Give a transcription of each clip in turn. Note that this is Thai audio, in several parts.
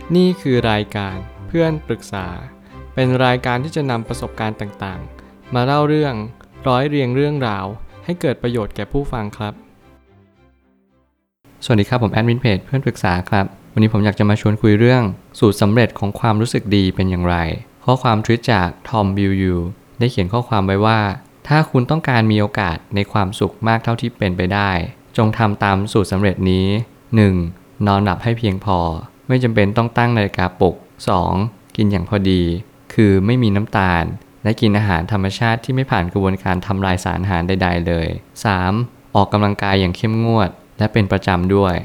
นี่คือรายการเพื่อนปรึกษาเป็นรายการที่จะนำประสบการณ์ต่างๆมาเล่าเรื่องร้อยเรียงเรื่องราวให้เกิดประโยชน์แก่ผู้ฟังครับสวัสดีครับผมแอดมินเพจเพื่อนปรึกษาครับวันนี้ผมอยากจะมาชวนคุยเรื่องสูตรสำเร็จของความรู้สึกดีเป็นอย่างไรข้อความทวิตจากทอมบิลยูได้เขียนข้อความไว้ว่าถ้าคุณต้องการมีโอกาสในความสุขมากเท่าที่เป็นไปได้จงทำตามสูตรสำเร็จนี้ 1. นอนหลับให้เพียงพอไม่จำเป็นต้องตั้งนาฬิกาปลุก 2. กินอย่างพอดีคือไม่มีน้ำตาลและกินอาหารธรรมชาติที่ไม่ผ่านกระบวนการทำลายสารอาหารใดๆเลย 3. ออกกำลังกายอย่างเข้มงวดและเป็นประจำด้วย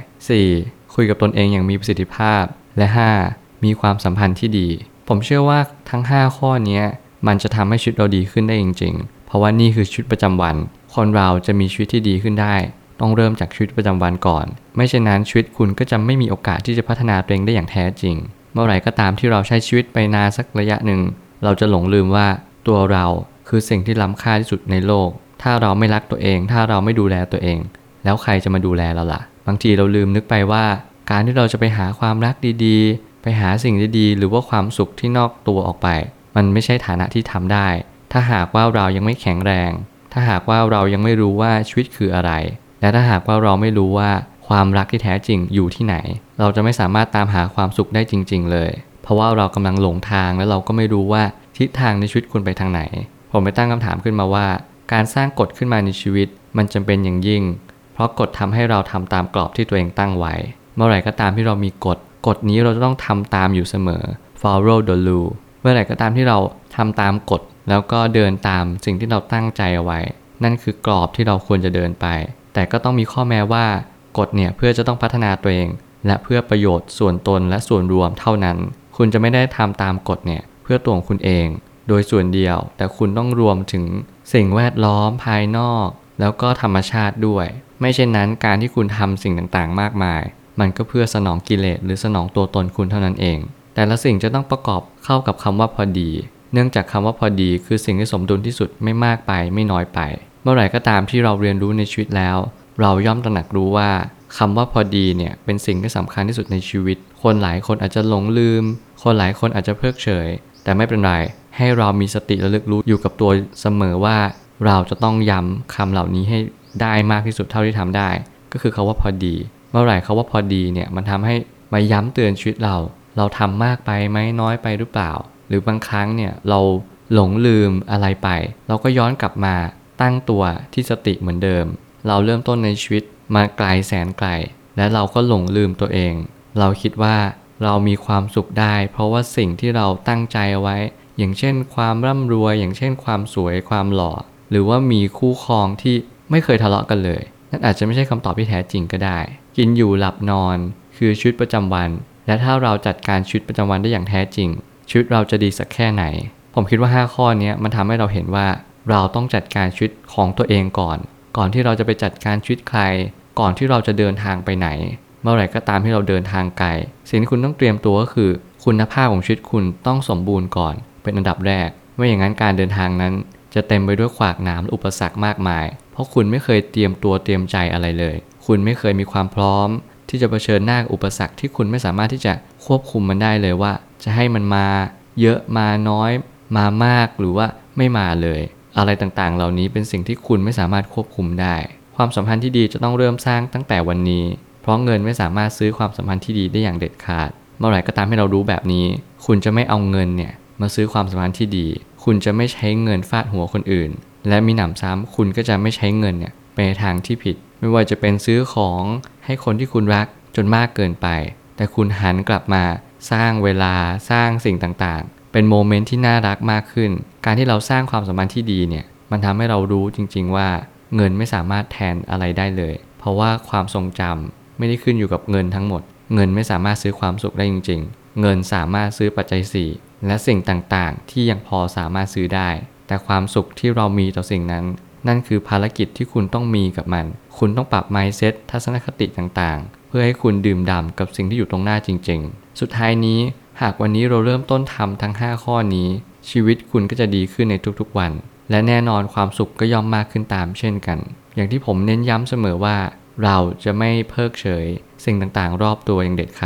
4. คุยกับตนเองอย่างมีประสิทธิภาพและ 5. มีความสัมพันธ์ที่ดีผมเชื่อว่าทั้ง5ข้อนี้มันจะทำให้ชีวิตเราดีขึ้นได้จริงๆเพราะว่านี่คือชีวิตประจำวันคนเราจะมีชีวิตที่ดีขึ้นได้ต้องเริ่มจากชีวิตประจำวันก่อนไม่เช่นนั้นชีวิตคุณก็จะไม่มีโอกาสที่จะพัฒนาตัวเองได้อย่างแท้จริงเมื่อไหร่ก็ตามที่เราใช้ชีวิตไปนานสักระยะหนึ่งเราจะหลงลืมว่าตัวเราคือสิ่งที่ล้ำค่าที่สุดในโลกถ้าเราไม่รักตัวเองถ้าเราไม่ดูแลตัวเองแล้วใครจะมาดูแลเราล่ะบางทีเราลืมนึกไปว่าการที่เราจะไปหาความรักดีๆไปหาสิ่งดีๆหรือว่าความสุขที่นอกตัวออกไปมันไม่ใช่ฐานะที่ทำได้ถ้าหากว่าเรายังไม่แข็งแรงถ้าหากว่าเรายังไม่รู้ว่าชีวิตคืออะไรและถ้าหากว่าเราไม่รู้ว่าความรักที่แท้จริงอยู่ที่ไหนเราจะไม่สามารถตามหาความสุขได้จริงๆเลยเพราะว่าเรากำลังหลงทางและเราก็ไม่รู้ว่าทิศทางในชีวิตคุณไปทางไหนผมไปตั้งคำถามขึ้นมาว่าการสร้างกฎขึ้นมาในชีวิตมันจำเป็นอย่างยิ่งเพราะกฎทำให้เราทำตามกรอบที่ตัวเองตั้งไว้เมื่อไหร่ก็ตามที่เรามีกฎนี้เราจะต้องทำตามอยู่เสมอ follow the rule เมื่อไหร่ก็ตามที่เราทำตามกฎแล้วก็เดินตามสิ่งที่เราตั้งใจเอาไว้นั่นคือกรอบที่เราควรจะเดินไปแต่ก็ต้องมีข้อแม้ว่ากฎเนี่ยเพื่อจะต้องพัฒนาตัวเองและเพื่อประโยชน์ส่วนตนและส่วนรวมเท่านั้นคุณจะไม่ได้ทำตามกฎเนี่ยเพื่อตัวของคุณเองโดยส่วนเดียวแต่คุณต้องรวมถึงสิ่งแวดล้อมภายนอกแล้วก็ธรรมชาติด้วยไม่เช่นนั้นการที่คุณทำสิ่งต่างๆมากมายมันก็เพื่อสนองกิเลสหรือสนองตัวตนคุณเท่านั้นเองแต่ละสิ่งจะต้องประกอบเข้ากับคำว่าพอดีเนื่องจากคำว่าพอดีคือสิ่งที่สมดุลที่สุดไม่มากไปไม่น้อยไปเมื่อไหร่ก็ตามที่เราเรียนรู้ในชีวิตแล้วเราย่อมตระหนักรู้ว่าคำว่าพอดีเนี่ยเป็นสิ่งที่สำคัญที่สุดในชีวิตคนหลายคนอาจจะหลงลืมคนหลายคนอาจจะเพิกเฉยแต่ไม่เป็นไรให้เรามีสติระลึกรู้อยู่กับตัวเสมอว่าเราจะต้องย้ำคำเหล่านี้ให้ได้มากที่สุดเท่าที่ทำได้ก็คือคำว่าพอดีเมื่อไหร่คำว่าพอดีเนี่ยมันทำให้มาย้ำเตือนชีวิตเราทำมากไปไหมน้อยไปหรือเปล่าหรือบางครั้งเนี่ยเราหลงลืมอะไรไปเราก็ย้อนกลับมาตั้งตัวที่สติเหมือนเดิมเราเริ่มต้นในชีวิตมาไกลแสนไกลและเราก็หลงลืมตัวเองเราคิดว่าเรามีความสุขได้เพราะว่าสิ่งที่เราตั้งใจเอาไว้อย่างเช่นความร่ำรวยอย่างเช่นความสวยความหล่อหรือว่ามีคู่ครองที่ไม่เคยทะเลาะกันเลยนั่นอาจจะไม่ใช่คำตอบที่แท้จริงก็ได้กินอยู่หลับนอนคือชีวิตประจำวันและถ้าเราจัดการชีวิตประจำวันได้อย่างแท้จริงชีวิตเราจะดีสักแค่ไหนผมคิดว่า5ข้อนี้มันทำให้เราเห็นว่าเราต้องจัดการชีวิตของตัวเองก่อนที่เราจะไปจัดการชีวิตใครก่อนที่เราจะเดินทางไปไหนเมื่อไหร่ก็ตามที่เราเดินทางไกลสิ่งที่คุณต้องเตรียมตัวก็คือคุณภาพของชีวิตคุณต้องสมบูรณ์ก่อนเป็นอันดับแรกไม่อย่างนั้นการเดินทางนั้นจะเต็มไปด้วยขวากหนามและอุปสรรคมากมายเพราะคุณไม่เคยเตรียมตัวเตรียมใจอะไรเลยคุณไม่เคยมีความพร้อมที่จะเผชิญหน้าอุปสรรคที่คุณไม่สามารถที่จะควบคุมมันได้เลยว่าจะให้มันมาเยอะมาน้อยมามากหรือว่าไม่มาเลยอะไรต่างๆเหล่านี้เป็นสิ่งที่คุณไม่สามารถควบคุมได้ความสัมพันธ์ที่ดีจะต้องเริ่มสร้างตั้งแต่วันนี้เพราะเงินไม่สามารถซื้อความสัมพันธ์ที่ดีได้อย่างเด็ดขาดเมื่อไหร่ก็ตามให้เรารู้แบบนี้คุณจะไม่เอาเงินเนี่ยมาซื้อความสัมพันธ์ที่ดีคุณจะไม่ใช้เงินฟาดหัวคนอื่นและมีหนำซ้ำคุณก็จะไม่ใช้เงินเนี่ยไปในทางที่ผิดไม่ว่าจะเป็นซื้อของให้คนที่คุณรักจนมากเกินไปแต่คุณหันกลับมาสร้างเวลาสร้างสิ่งต่างๆเป็นโมเมนต์ที่น่ารักมากขึ้นการที่เราสร้างความสัมพันธ์ที่ดีเนี่ยมันทำให้เรารู้จริงๆว่าเงินไม่สามารถแทนอะไรได้เลยเพราะว่าความทรงจำไม่ได้ขึ้นอยู่กับเงินทั้งหมดเงินไม่สามารถซื้อความสุขได้จริงๆเงินสามารถซื้อปัจจัย4และสิ่งต่างๆที่ยังพอสามารถซื้อได้แต่ความสุขที่เรามีต่อสิ่งนั้นนั่นคือภารกิจที่คุณต้องมีกับมันคุณต้องปรับ mindset ทัศนคติต่างๆเพื่อให้คุณดื่มด่ำกับสิ่งที่อยู่ตรงหน้าจริงๆสุดท้ายนี้หากวันนี้เราเริ่มต้นทำทั้ง5ข้อนี้ชีวิตคุณก็จะดีขึ้นในทุกๆวันและแน่นอนความสุขก็ย่อมมากขึ้นตามเช่นกันอย่างที่ผมเน้นย้ำเสมอว่าเราจะไม่เพิกเฉยสิ่งต่างๆรอบตัวอย่างเด็ดขาด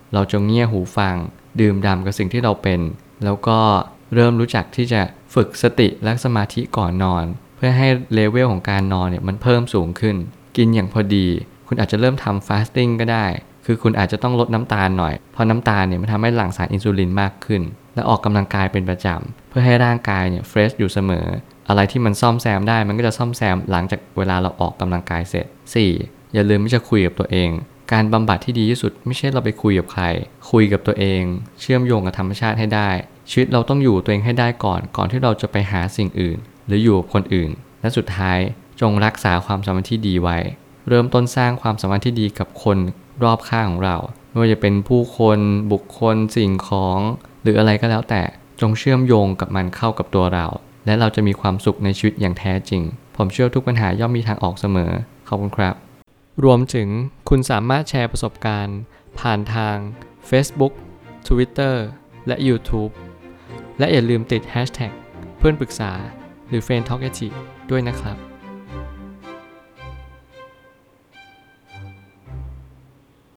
เราจะเงี่ยหูฟังดื่มด่ำกับสิ่งที่เราเป็นแล้วก็เริ่มรู้จักที่จะฝึกสติและสมาธิก่อนนอนเพื่อให้เลเวลของการนอนเนี่ยมันเพิ่มสูงขึ้นกินอย่างพอดีคุณอาจจะเริ่มทำฟาสติ้งก็ได้คือคุณอาจจะต้องลดน้ำตาลหน่อยเพราะน้ำตาลเนี่ยมันทำให้หลั่งสารอินซูลินมากขึ้นและออกกำลังกายเป็นประจำเพื่อให้ร่างกายเนี่ยเฟรชอยู่เสมออะไรที่มันซ่อมแซมได้มันก็จะซ่อมแซมหลังจากเวลาเราออกกำลังกายเสร็จ 4. อย่าลืมที่จะคุยกับตัวเองการบำบัดที่ดีที่สุดไม่ใช่เราไปคุยกับใครคุยกับตัวเองเชื่อมโยงกับธรรมชาติให้ได้ชีวิตเราต้องอยู่ตัวเองให้ได้ก่อนที่เราจะไปหาสิ่งอื่นหรืออยู่กับคนอื่นและสุดท้ายจงรักษาความสัมพันธ์ที่ดีไว้เริ่มต้นสร้างความสัมพันธ์ที่ดีกับคนรอบข้างของเราไม่ว่าจะเป็นผู้คนบุคคลสิ่งของหรืออะไรก็แล้วแต่จงเชื่อมโยงกับมันเข้ากับตัวเราและเราจะมีความสุขในชีวิตอย่างแท้จริงผมเชื่อทุกปัญหาย่อมมีทางออกเสมอขอบคุณครับรวมถึงคุณสามารถแชร์ประสบการณ์ผ่านทาง Facebook Twitter และ YouTube และอย่าลืมติด Hashtag เพื่อนปรึกษาหรือ Friend Talk ด้วยนะครับ